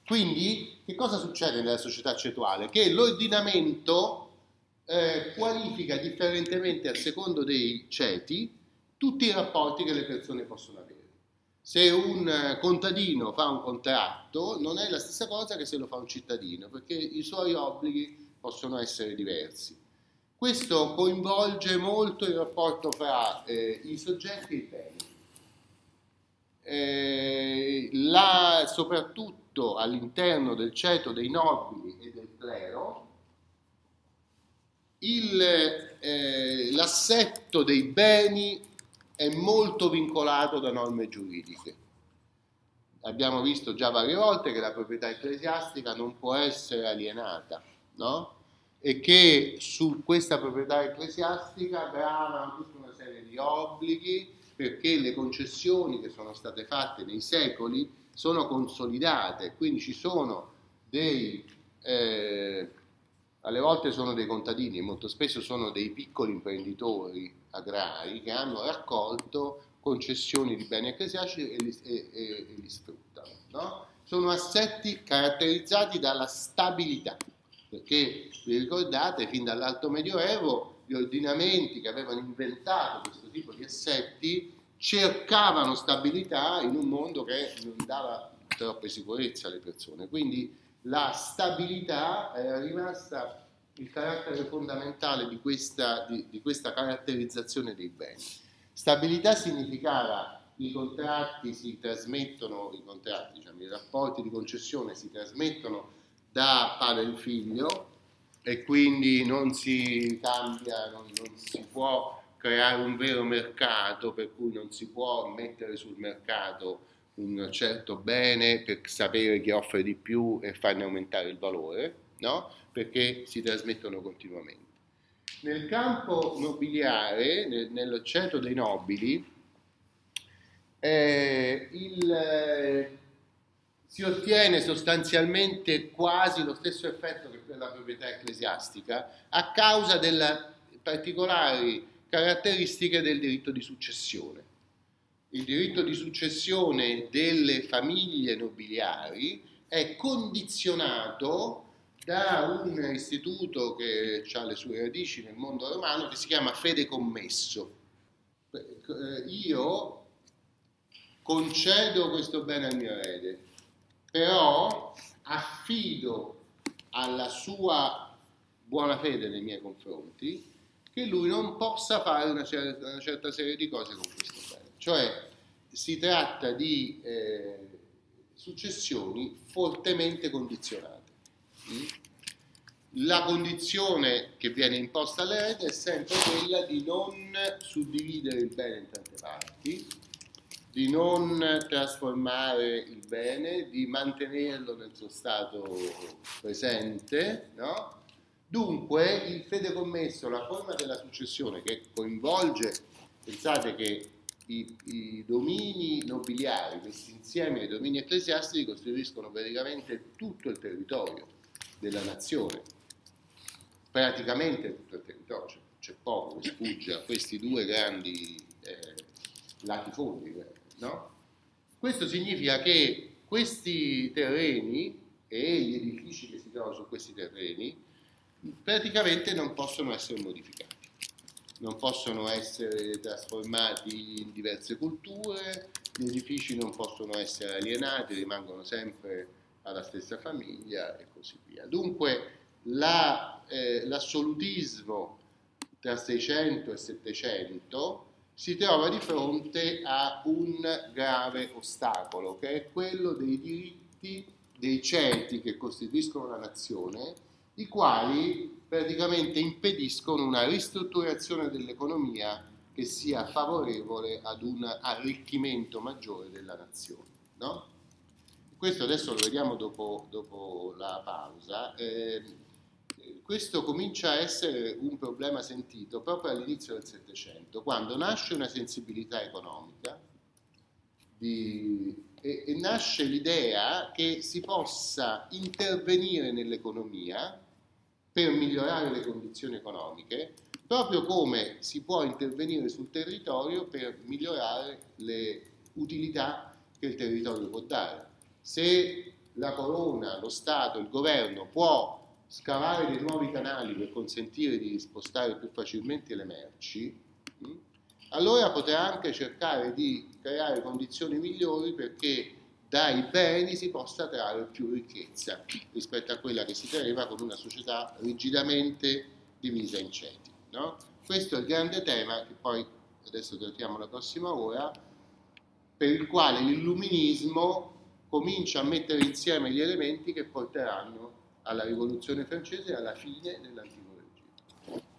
Quindi, che cosa succede nella società cetuale? Che l'ordinamento qualifica differentemente a secondo dei ceti tutti i rapporti che le persone possono avere. Se un contadino fa un contratto, non è la stessa cosa che se lo fa un cittadino, perché i suoi obblighi possono essere diversi. Questo coinvolge molto il rapporto fra i soggetti e i beni. Soprattutto all'interno del ceto dei nobili e del clero, l'assetto dei beni è molto vincolato da norme giuridiche. Abbiamo visto già varie volte che la proprietà ecclesiastica non può essere alienata, no? E che su questa proprietà ecclesiastica gravano tutta una serie di obblighi, perché le concessioni che sono state fatte nei secoli sono consolidate, quindi ci sono alle volte sono dei contadini e molto spesso sono dei piccoli imprenditori agrari che hanno raccolto concessioni di beni ecclesiastici e li sfruttano, no? Sono assetti caratterizzati dalla stabilità, perché vi ricordate, fin dall'Alto Medioevo gli ordinamenti che avevano inventato questo tipo di assetti cercavano stabilità in un mondo che non dava troppe sicurezze alle persone, quindi la stabilità era rimasta il carattere fondamentale di questa caratterizzazione dei beni. Stabilità significava i contratti si trasmettono, diciamo, i rapporti di concessione si trasmettono da padre in figlio e quindi non si cambia, non si può creare un vero mercato, per cui non si può mettere sul mercato un certo bene per sapere chi offre di più e farne aumentare il valore, no? Perché si trasmettono continuamente. Nel campo nobiliare, nello ceto dei nobili, si ottiene sostanzialmente quasi lo stesso effetto che per la proprietà ecclesiastica a causa delle particolari caratteristiche del diritto di successione. Il diritto di successione delle famiglie nobiliari è condizionato da un istituto che ha le sue radici nel mondo romano che si chiama fede commesso. Io concedo questo bene al mio erede, però affido alla sua buona fede nei miei confronti che lui non possa fare una certa serie di cose con questo bene. Cioè si tratta di successioni fortemente condizionate. La condizione che viene imposta all'erede è sempre quella di non suddividere il bene in tante parti, di non trasformare il bene, di mantenerlo nel suo stato presente, no? Dunque il fideicommesso, la forma della successione che coinvolge, pensate che i domini nobiliari messi insieme ai domini ecclesiastici costituiscono praticamente tutto il territorio della nazione, praticamente tutto il territorio, c'è poco che sfugge a questi due grandi latifondi, no? Questo significa che questi terreni e gli edifici che si trovano su questi terreni praticamente non possono essere modificati, non possono essere trasformati in diverse culture, gli edifici non possono essere alienati, rimangono sempre alla stessa famiglia e così via. Dunque l'assolutismo tra 600 e 700 si trova di fronte a un grave ostacolo, che è quello dei diritti dei ceti che costituiscono la nazione, i quali praticamente impediscono una ristrutturazione dell'economia che sia favorevole ad un arricchimento maggiore della nazione, no? Questo adesso lo vediamo dopo la pausa. Questo comincia a essere un problema sentito proprio all'inizio del Settecento, quando nasce una sensibilità economica e nasce l'idea che si possa intervenire nell'economia per migliorare le condizioni economiche, proprio come si può intervenire sul territorio per migliorare le utilità che il territorio può dare. Se la corona, lo Stato, il governo può scavare dei nuovi canali per consentire di spostare più facilmente le merci, allora potrà anche cercare di creare condizioni migliori perché dai beni si possa trarre più ricchezza rispetto a quella che si traeva con una società rigidamente divisa in ceti, no? Questo è il grande tema che poi adesso trattiamo la prossima ora, per il quale l'illuminismo comincia a mettere insieme gli elementi che porteranno alla rivoluzione francese e alla fine dell'antico regime.